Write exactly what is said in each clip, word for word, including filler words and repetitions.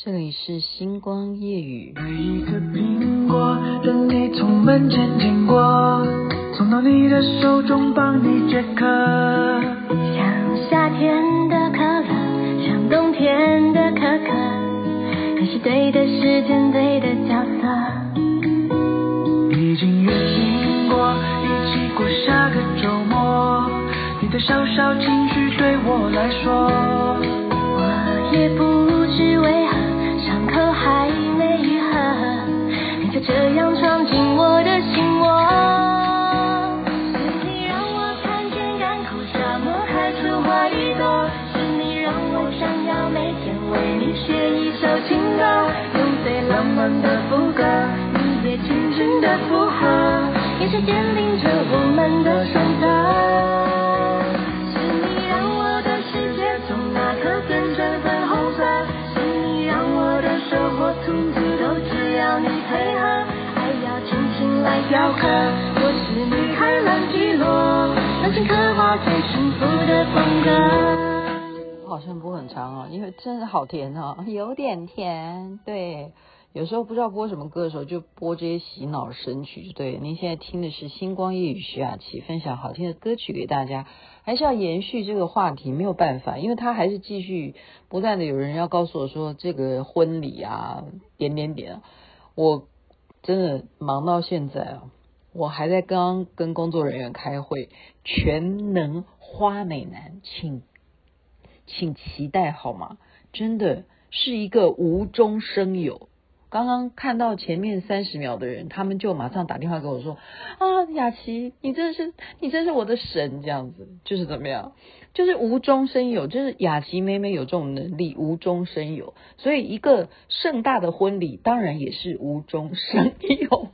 这里是星光夜雨。 每一个苹果等你从门前经过，送到你的手中帮你解渴。 像夏天的可乐，像冬天的可可，你是对的时间，对的角色。 已经约定过一起过下个周末，你的小小情绪对我来说， 我也不知为何伤口还没愈合，你就这样闯进我的心窝。是你让我看见港口沙漠开出花一朵，是你让我想要每天为你写一首情歌，用最浪漫的副歌，你也轻轻的附和，眼神坚定着我们的选择。是你让我的世界从那刻变成粉红色，是你让我的生活处处都只要你配合，爱要轻轻来雕刻，我是你看浪迹落，让心刻画最幸福的风格。 好像播很长啊，因为真的好甜啊，有点甜。对，有时候不知道播什么歌的时候，就播这些洗脑神曲。对，您现在听的是星光夜雨徐雅琪分享好听的歌曲给大家，还是要延续这个话题，没有办法，因为他还是继续不断的有人要告诉我说这个婚礼啊，点点点，我真的忙到现在啊，我还在刚跟工作人员开会，全能花美男，请请期待好吗？真的是一个无中生有。刚刚看到前面三十秒的人，他们就马上打电话跟我说啊，雅琪，你真是你真是我的神，这样子就是怎么样？就是无中生有，就是雅琪妹妹有这种能力，无中生有。所以一个盛大的婚礼，当然也是无中生有。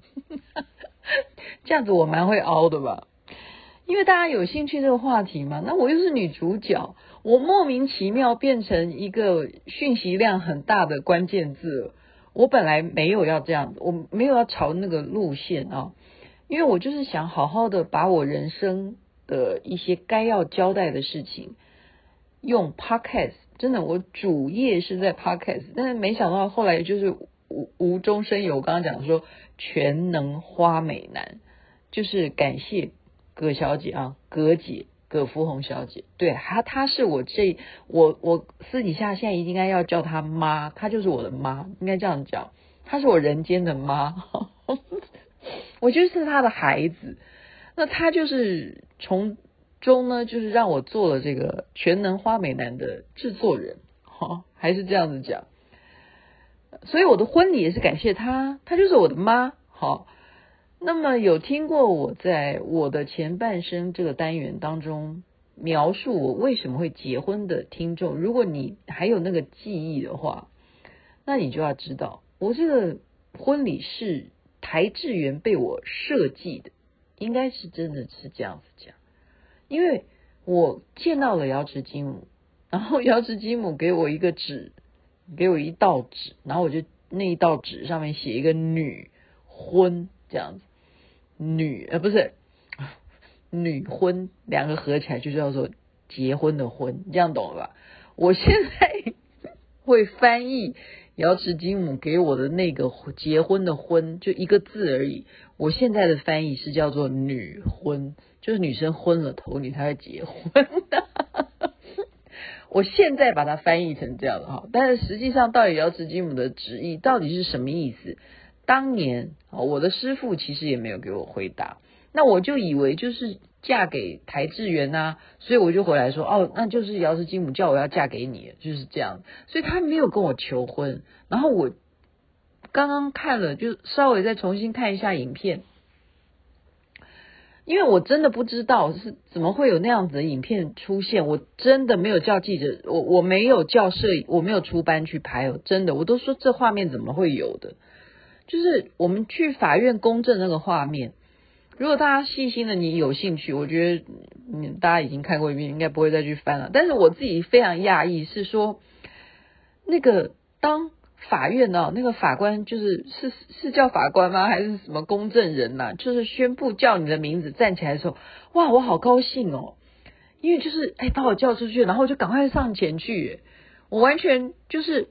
这样子我蛮会凹的吧？因为大家有兴趣这个话题嘛，那我又是女主角，我莫名其妙变成一个讯息量很大的关键字。我本来没有要这样，我没有要朝那个路线啊，因为我就是想好好的把我人生的一些该要交代的事情用 podcast， 真的我主业是在 podcast， 但是没想到后来就是无无中生有，我刚刚讲说全能花美男，就是感谢葛小姐啊，葛姐，葛福红小姐，对，她她是我这我我私底下现在应该要叫她妈，她就是我的妈，应该这样讲，她是我人间的妈，我就是她的孩子，那她就是从中呢，就是让我做了这个全能花美男的制作人，哦，还是这样子讲，所以我的婚礼也是感谢她，她就是我的妈，好。那么有听过我在我的前半生这个单元当中描述我为什么会结婚的听众，如果你还有那个记忆的话，那你就要知道我这个婚礼是台志源被我设计的，应该是真的是这样子讲，因为我见到了瑶池金母，然后瑶池金母给我一个纸，给我一道纸，然后我就那一道纸上面写一个女婚这样子，女呃不是女婚，两个合起来就叫做结婚的婚，这样懂了吧？我现在会翻译瑶池金母给我的那个结婚的婚，就一个字而已。我现在的翻译是叫做女婚，就是女生昏了头你才会结婚。我现在把它翻译成这样的哈，但是实际上到底瑶池金母的旨意到底是什么意思？当年我的师父其实也没有给我回答，那我就以为就是嫁给台志源啊，所以我就回来说哦，那就是瑶池金母叫我要嫁给你，就是这样，所以他没有跟我求婚。然后我刚刚看了，就稍微再重新看一下影片，因为我真的不知道是怎么会有那样子的影片出现，我真的没有叫记者，我我没有叫摄影，我没有出班去拍哦，真的，我都说这画面怎么会有的。就是我们去法院公证那个画面，如果大家细心的你有兴趣，我觉得嗯大家已经看过一遍，应该不会再去翻了。但是我自己非常讶异，是说那个当法院呢、啊，那个法官就是是是叫法官吗？还是什么公证人呐、啊？就是宣布叫你的名字站起来的时候，哇，我好高兴哦，因为就是哎把我叫出去，然后我就赶快上前去，我完全就是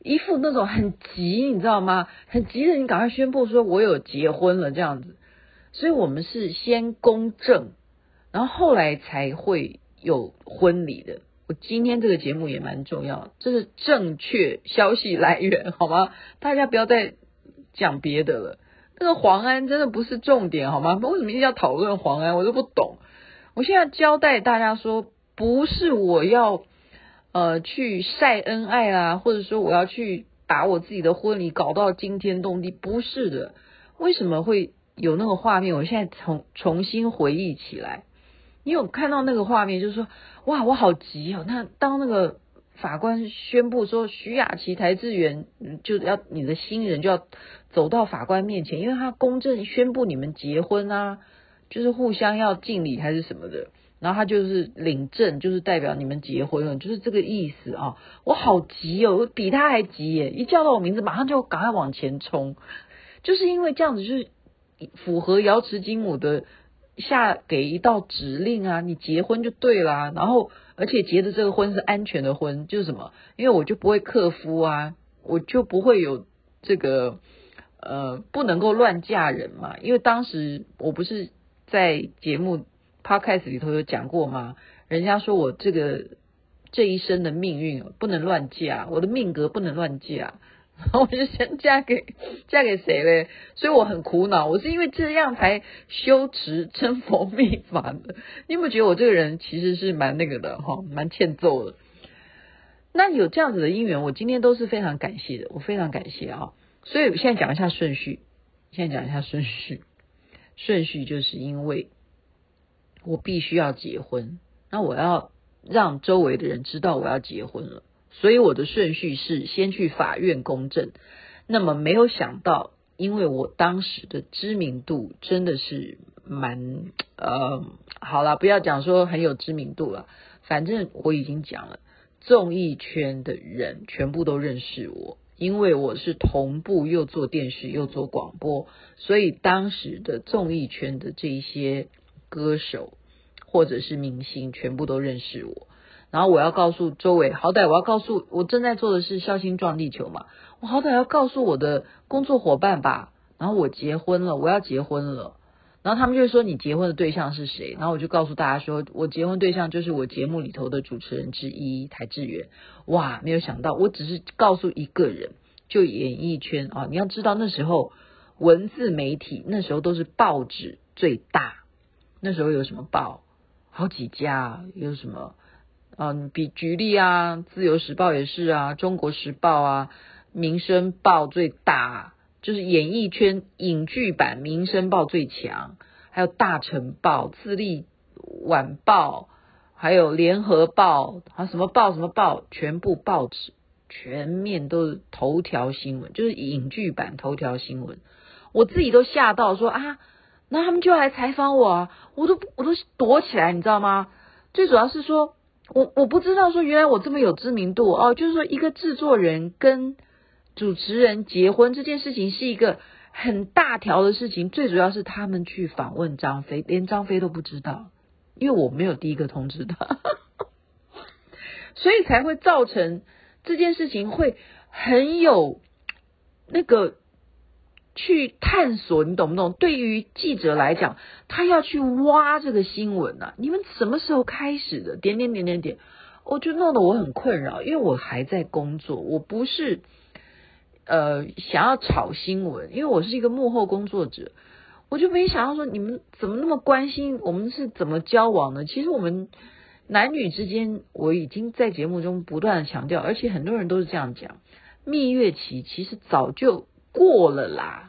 一副那种很急，你知道吗？很急的，你赶快宣布说我有结婚了这样子。所以我们是先公证，然后后来才会有婚礼的。我今天这个节目也蛮重要，这是正确消息来源，好吗？大家不要再讲别的了。那个黄安真的不是重点，好吗？为什么一定要讨论黄安？我都不懂。我现在交代大家说，不是我要呃去晒恩爱啦，或者说我要去把我自己的婚礼搞到惊天动地，不是的。为什么会有那个画面？我现在重重新回忆起来。你有看到那个画面，就是说，哇，我好急哦！那当那个法官宣布说徐雅琪、台志远就要你的新人就要走到法官面前，因为他公证宣布你们结婚啊，就是互相要敬礼还是什么的，然后他就是领证，就是代表你们结婚了，就是这个意思啊！我好急哦，我比他还急耶！一叫到我名字，马上就赶快往前冲，就是因为这样子，就是符合瑶池金母的。下给一道指令啊，你结婚就对啦，然后而且结的这个婚是安全的婚，就是什么？因为我就不会克夫啊，我就不会有这个呃不能够乱嫁人嘛。因为当时我不是在节目 podcast 里头有讲过吗？人家说我这个这一生的命运不能乱嫁，我的命格不能乱嫁。然后我就想嫁给嫁给谁嘞？所以我很苦恼，我是因为这样才修持真佛密法的。你有没有觉得我这个人其实是蛮那个的哈，蛮欠揍的？那有这样子的因缘，我今天都是非常感谢的，我非常感谢啊。所以现在讲一下顺序，现在讲一下顺序，顺序就是因为我必须要结婚，那我要让周围的人知道我要结婚了。所以我的顺序是先去法院公证，那么没有想到，因为我当时的知名度真的是蛮呃，好啦，不要讲说很有知名度了，反正我已经讲了，综艺圈的人全部都认识我，因为我是同步又做电视又做广播，所以当时的综艺圈的这一些歌手或者是明星全部都认识我。然后我要告诉周围，好歹我要告诉我正在做的是孝心撞地球嘛，我好歹要告诉我的工作伙伴吧，然后我结婚了，我要结婚了，然后他们就会说你结婚的对象是谁，然后我就告诉大家说我结婚对象就是我节目里头的主持人之一台志远。哇，没有想到我只是告诉一个人，就演艺圈啊，你要知道那时候文字媒体那时候都是报纸最大，那时候有什么报好几家，有什么嗯，比举例啊，自由时报也是啊，中国时报啊，民生报最大，就是演艺圈影剧版民生报最强，还有大成报、自立晚报，还有联合报，还有什么报什么报，全部报纸全面都是头条新闻，就是影剧版头条新闻。我自己都吓到说啊，那他们就来采访我啊，我都我都躲起来，你知道吗？最主要是说。我我不知道说原来我这么有知名度哦，就是说一个制作人跟主持人结婚这件事情是一个很大条的事情，最主要是他们去访问张飞，连张飞都不知道，因为我没有第一个通知他所以才会造成这件事情会很有那个去探索，你懂不懂？对于记者来讲，他要去挖这个新闻啊，你们什么时候开始的？点点点点点，我就弄得我很困扰，因为我还在工作，我不是呃想要炒新闻，因为我是一个幕后工作者，我就没想到说你们怎么那么关心我们是怎么交往的。其实我们男女之间，我已经在节目中不断的强调，而且很多人都是这样讲，蜜月期其实早就过了啦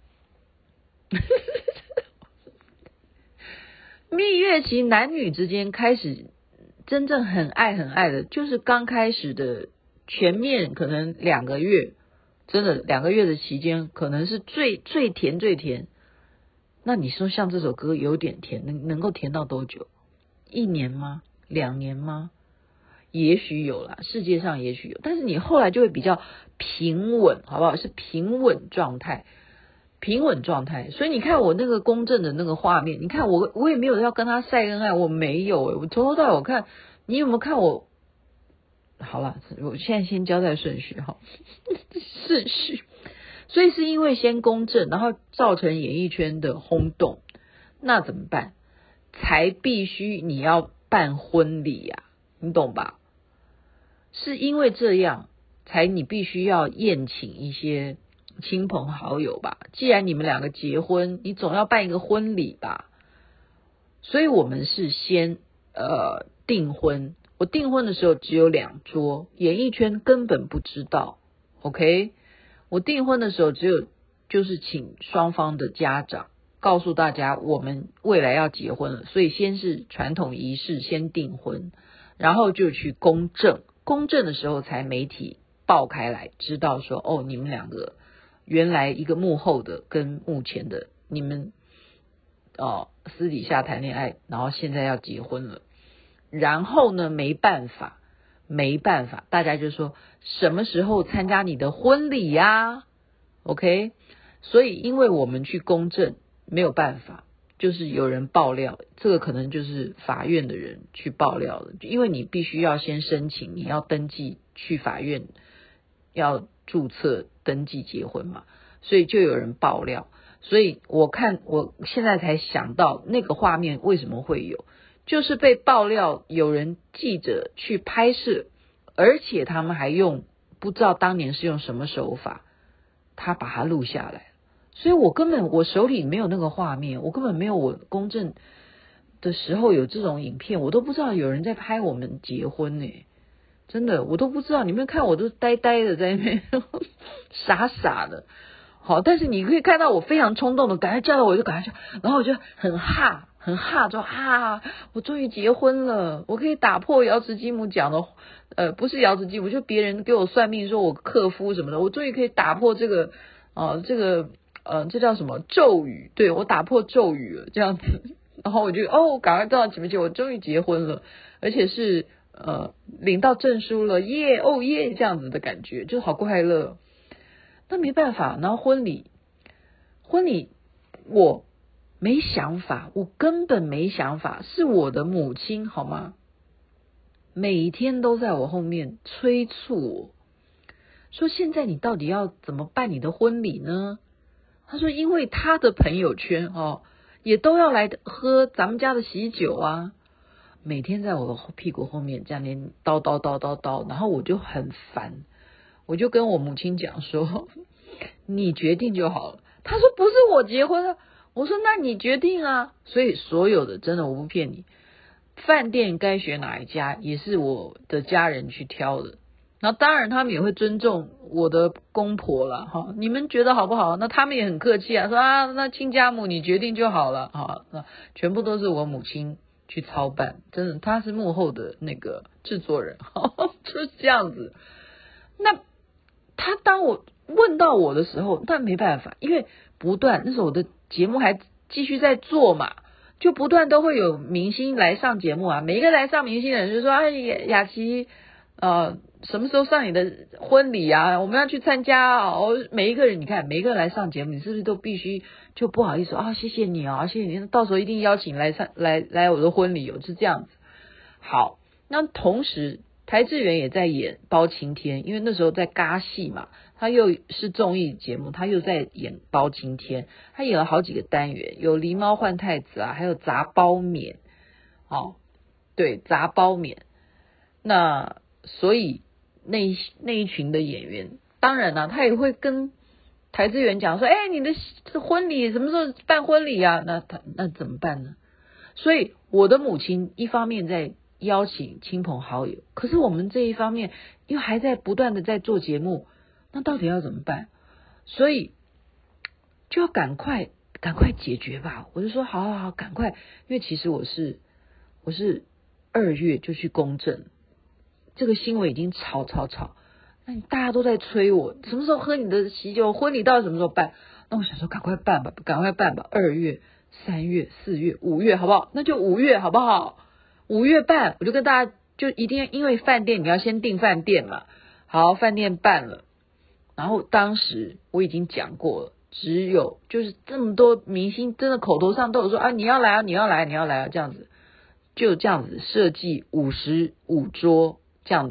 蜜月期男女之间开始真正很爱很爱的，就是刚开始的全面可能两个月，真的两个月的期间可能是最最甜最甜。那你说像这首歌有点甜，能能够甜到多久？一年吗？两年吗？也许有啦，世界上也许有，但是你后来就会比较平稳，好不好？是平稳状态。平稳状态，所以你看我那个公正的那个画面，你看我我也没有要跟他晒恩爱，我没有诶、欸、我从头到尾我看你有没有看我好了，我现在先交代顺序哈，顺序。所以是因为先公证，然后造成演艺圈的轰动，那怎么办？才必须你要办婚礼呀、啊，你懂吧？是因为这样，才你必须要宴请一些亲朋好友吧。既然你们两个结婚，你总要办一个婚礼吧。所以我们是先呃订婚。我订婚的时候只有两桌，演艺圈根本不知道 OK。 我订婚的时候只有就是请双方的家长告诉大家我们未来要结婚了，所以先是传统仪式，先订婚，然后就去公证，公证的时候才媒体爆开来，知道说哦，你们两个原来一个幕后的跟幕前的，你们哦私底下谈恋爱，然后现在要结婚了。然后呢，没办法，没办法，大家就说什么时候参加你的婚礼呀 ？OK， 所以因为我们去公证没有办法，就是有人爆料，这个可能就是法院的人去爆料的，因为你必须要先申请，你要登记去法院要注册登记结婚嘛，所以就有人爆料。所以我看我现在才想到那个画面为什么会有。就是被爆料有人记者去拍摄，而且他们还用不知道当年是用什么手法，他把它录下来，所以我根本我手里没有那个画面，我根本没有我公证的时候有这种影片，我都不知道有人在拍我们结婚呢、欸，真的我都不知道，你们看我都呆呆的在那边傻傻的。好，但是你可以看到我非常冲动的，赶快叫到我就赶快叫，然后我就很哈很哈，说啊，我终于结婚了，我可以打破瑶池金母讲的，呃，不是瑶池金母，就别人给我算命说我克夫什么的，我终于可以打破这个，呃，这个，呃，这叫什么咒语？对，我打破咒语了，这样子，然后我就哦，赶快到前面去，我终于结婚了，而且是呃领到证书了，耶，哦耶，这样子的感觉，就好快乐。那没办法，然后婚礼，婚礼我没想法，我根本没想法，是我的母亲好吗？每天都在我后面催促我，说现在你到底要怎么办你的婚礼呢？他说因为他的朋友圈哦，也都要来喝咱们家的喜酒啊，每天在我的屁股后面这样连叨叨叨叨叨，然后我就很烦。我就跟我母亲讲说，你决定就好了。她说不是我结婚啊，我说那你决定啊。所以所有的真的我不骗你，饭店该选哪一家也是我的家人去挑的。然后当然他们也会尊重我的公婆了哈，你们觉得好不好？那他们也很客气啊，说啊那亲家母你决定就好了哈，那全部都是我母亲去操办，真的她是幕后的那个制作人，就是这样子。那他当我问到我的时候，但没办法，因为不断那时候我的节目还继续在做嘛，就不断都会有明星来上节目啊。每一个来上明星的人就说：“哎，雅琪，呃，什么时候上你的婚礼啊？我们要去参加啊！”哦，每一个人你看，每一个人来上节目，你是不是都必须就不好意思啊？谢谢你啊，谢谢你，到时候一定邀请来上来来我的婚礼哦，是这样子。好，那同时。台志远也在演包青天，因为那时候在尬戏嘛，他又是综艺节目，他又在演包青天，他演了好几个单元，有狸猫换太子啊，还有杂包冕，哦，对，杂包冕。那所以那一那一群的演员，当然啦、啊，他也会跟台志远讲说，哎，你的婚礼什么时候办婚礼啊？那他那怎么办呢？所以我的母亲一方面在邀请亲朋好友，可是我们这一方面又还在不断的在做节目，那到底要怎么办？所以就要赶快赶快解决吧。我就说好好好，赶快，因为其实我是我是二月就去公证，这个新闻已经吵吵吵，那你大家都在催我，什么时候喝你的喜酒？婚礼到底什么时候办？那我想说赶快办吧，赶快办吧，二月、三月、四月、五月，好不好？那就五月好不好？五月办，我就跟大家就一定因为饭店你要先订饭店嘛，好，饭店办了，然后当时我已经讲过了，只有就是这么多明星真的口头上都有说啊你要来啊你要来你要来啊这样子，就这样子设计五十五桌这样子，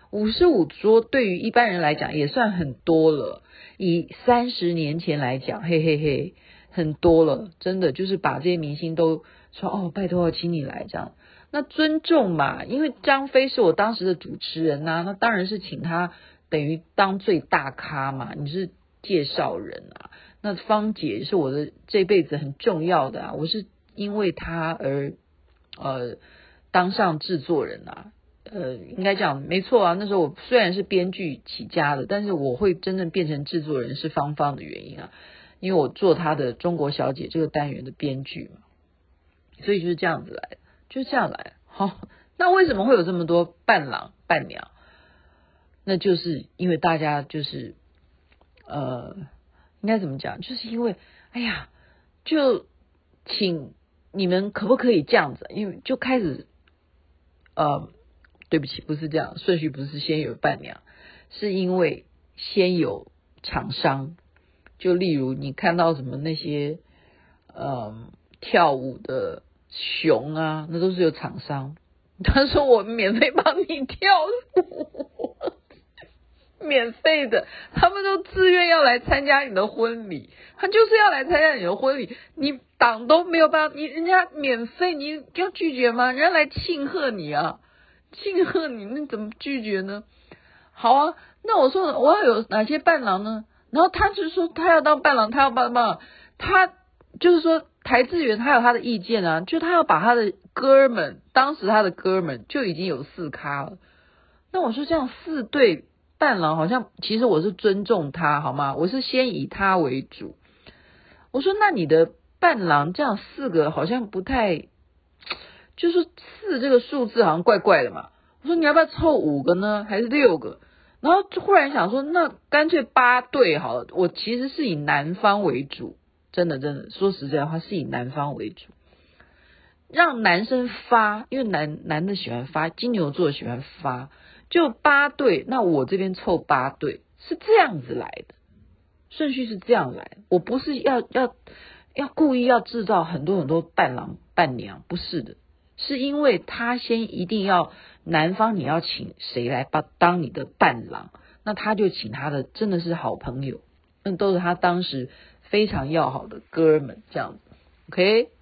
五十五桌对于一般人来讲也算很多了，以三十年前来讲，嘿嘿嘿，很多了，真的就是把这些明星都说哦，拜托请你来这样。那尊重嘛，因为张飞是我当时的主持人啊，那当然是请他等于当最大咖嘛，你是介绍人啊。那芳姐是我的这辈子很重要的啊，我是因为她而呃当上制作人啊，呃应该讲没错啊。那时候我虽然是编剧起家的，但是我会真正变成制作人是芳芳的原因啊，因为我做她的中国小姐这个单元的编剧嘛，所以就是这样子来的，就是这样来的。好，那为什么会有这么多伴郎伴娘？那就是因为大家就是呃。应该怎么讲？就是因为，哎呀，就请你们可不可以这样子？因为就开始，呃，对不起，不是这样，顺序不是先有伴娘，是因为先有厂商。就例如你看到什么那些，呃，跳舞的熊啊，那都是有厂商。他说我免费帮你跳舞。免费的，他们都自愿要来参加你的婚礼，他就是要来参加你的婚礼，你挡都没有办法，你人家免费，你要拒绝吗？人家来庆贺你啊，庆贺你，那怎么拒绝呢？好啊，那我说我要有哪些伴郎呢？然后他就说他要当伴郎，他要当伴郎，他就是说台志远他有他的意见啊，就他要把他的哥们，当时他的哥们就已经有四咖了，那我说这样四对伴郎好像其实我是尊重他好吗？我是先以他为主。我说那你的伴郎这样四个好像不太，就是四这个数字好像怪怪的嘛。我说你要不要凑五个呢？还是六个？然后忽然想说那干脆八对好了。我其实是以男方为主，真的真的说实在话是以男方为主，让男生发，因为男男的喜欢发，金牛座喜欢发。就八对，那我这边凑八对，是这样子来的，顺序是这样来的。我不是要要要故意要制造很多很多伴郎伴娘，不是的，是因为他先一定要男方你要请谁来当当你的伴郎，那他就请他的真的是好朋友，那都是他当时非常要好的哥们这样子 ，OK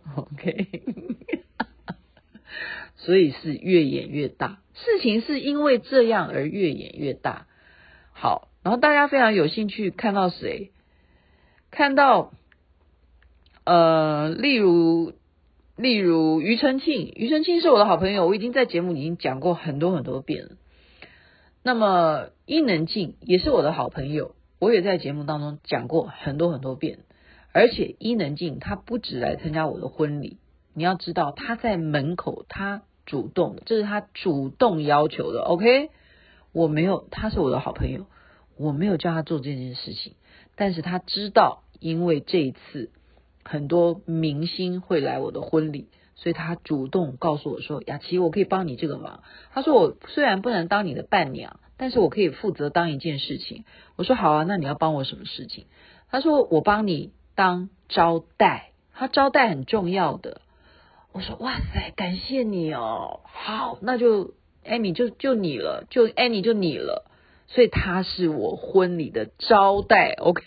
OK 所以是越演越大，事情是因为这样而越演越大。好，然后大家非常有兴趣看到谁？看到呃，例如例如庾澄庆，庾澄庆是我的好朋友，我已经在节目里已经讲过很多很多遍了。那么伊能静也是我的好朋友，我也在节目当中讲过很多很多遍。而且伊能静她不只来参加我的婚礼，你要知道她在门口，她主动，这是她主动要求的 OK， 我没有，她是我的好朋友，我没有叫她做这件事情，但是她知道因为这一次很多明星会来我的婚礼，所以她主动告诉我说，雅琪我可以帮你这个忙。她说我虽然不能当你的伴娘，但是我可以负责当一件事情。我说好啊，那你要帮我什么事情？她说我帮你当招待，她招待很重要的。我说哇塞，感谢你哦，好，那就 Amy 就就你了，就 Annie 就你了，所以她是我婚礼的招待 OK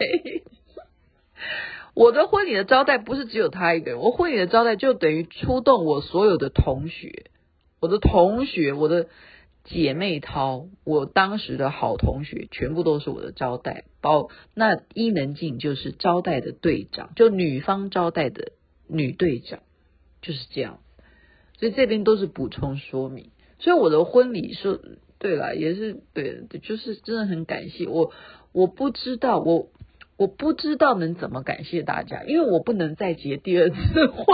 我的婚礼的招待不是只有她一个人，我婚礼的招待就等于出动我所有的同学，我的同学，我的姐妹淘，我当时的好同学全部都是我的招待包。那伊能静就是招待的队长，就女方招待的女队长，就是这样。所以这边都是补充说明。所以我的婚礼说对了，也是对，就是真的很感谢我。我不知道我我不知道能怎么感谢大家，因为我不能再结第二次婚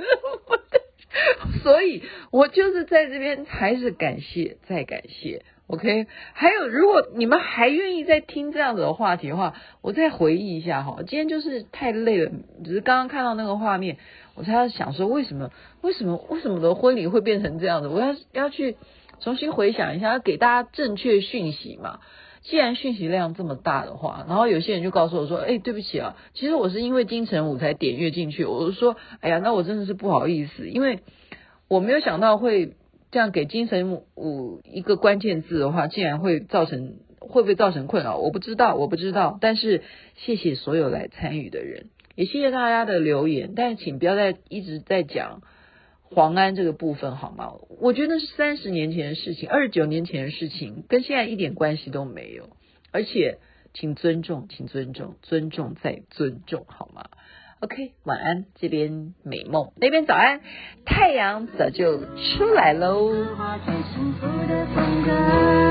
所以我就是在这边还是感谢再感谢 OK。 还有如果你们还愿意再听这样子的话题的话，我再回忆一下哈。今天就是太累了，只是刚刚看到那个画面，我才要想说为什么为什么为什么我的婚礼会变成这样子，我要要去重新回想一下，要给大家正确讯息嘛。既然讯息量这么大的话，然后有些人就告诉我说，哎，对不起啊，其实我是因为金城武才点阅进去。我就说，哎呀，那我真的是不好意思，因为我没有想到会这样给金城武一个关键字的话，竟然会造成会不会造成困扰？我不知道，我不知道。但是谢谢所有来参与的人，也谢谢大家的留言。但是请不要再一直在讲黄安这个部分好吗？我觉得是三十年前的事情，二十九年前的事情，跟现在一点关系都没有。而且请尊重，请尊重，尊重再尊重好吗？ OK， 晚安，这边美梦，那边早安，太阳早就出来喽。 画最幸福的风格。